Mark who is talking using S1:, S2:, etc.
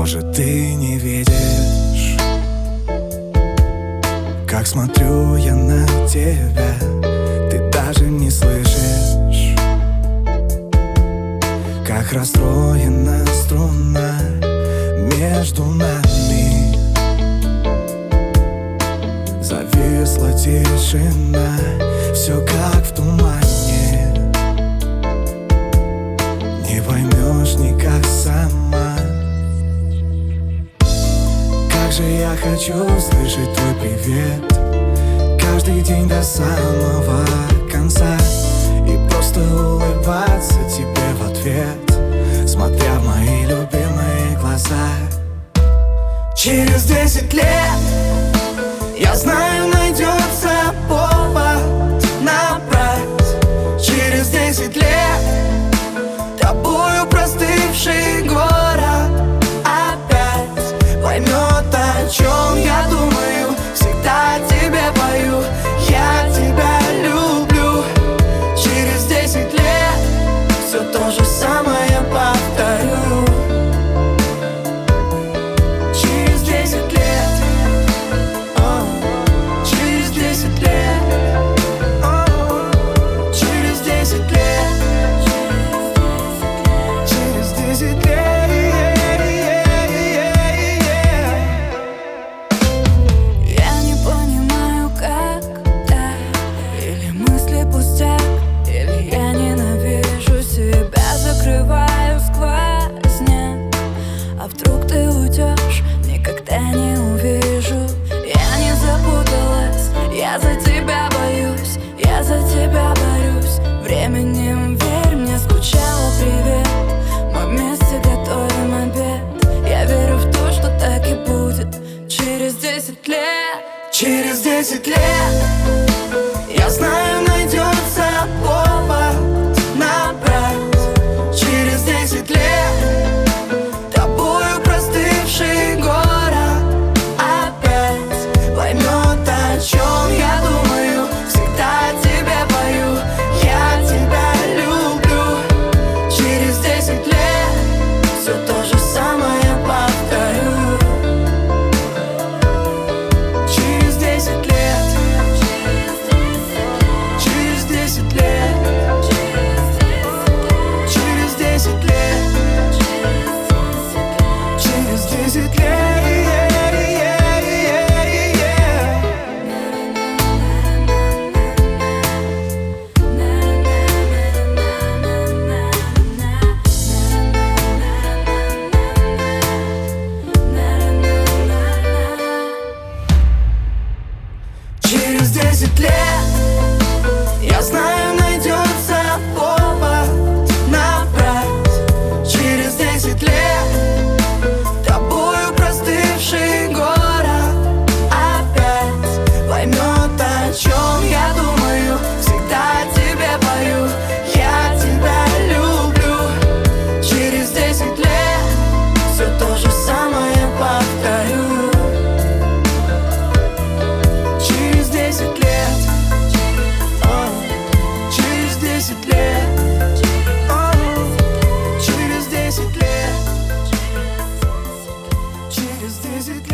S1: Может, ты не видишь, как смотрю я на тебя. Ты даже не слышишь, как расстроена струна между нами. Зависла тишина, все как в тумане. Не поймешь никак сама. Как же я хочу услышать твой привет каждый день до самого конца и просто улыбаться тебе в ответ, смотря в мои любимые глаза. Через 10 лет, я знаю, найдется повод набрать. Через 10 лет тобою простывший город опять поймет, о чем я думаю. Всегда тебе пою, я тебя люблю. Через 10 лет все то же самое повторю. Через 10 лет, через 10 лет, через 10 лет, через 10 лет.
S2: Я не понимаю, как так, или мысли пустяк, или я ненавижу себя, закрываю сквозняк. А вдруг ты уйдешь, никогда не увижу. Я не запуталась, я за тебя боюсь, я за тебя борюсь. Временем, верь мне, скучала, привет. Мы вместе готовим обед. Я верю в то, что так и будет. Через 10 лет,
S1: Через 10 лет, я знаю, найдется повод набрать. Через 10 лет тобою простывший город опять поймет, о чем я думаю. Всегда тебе пою, я тебя люблю. Через 10 лет все то же самое повторю. Через 10 лет, через 10 лет, через 10 лет, через 10 лет. Через 10 лет, я знаю, найдется повод набрать. Через 10 лет тобою простывший город опять поймет, о чем я думаю. Всегда тебе пою, я тебя люблю. Через 10 лет все то же самое повторю. Через 10 лет, через 10 лет, через 10 лет, через 10 лет.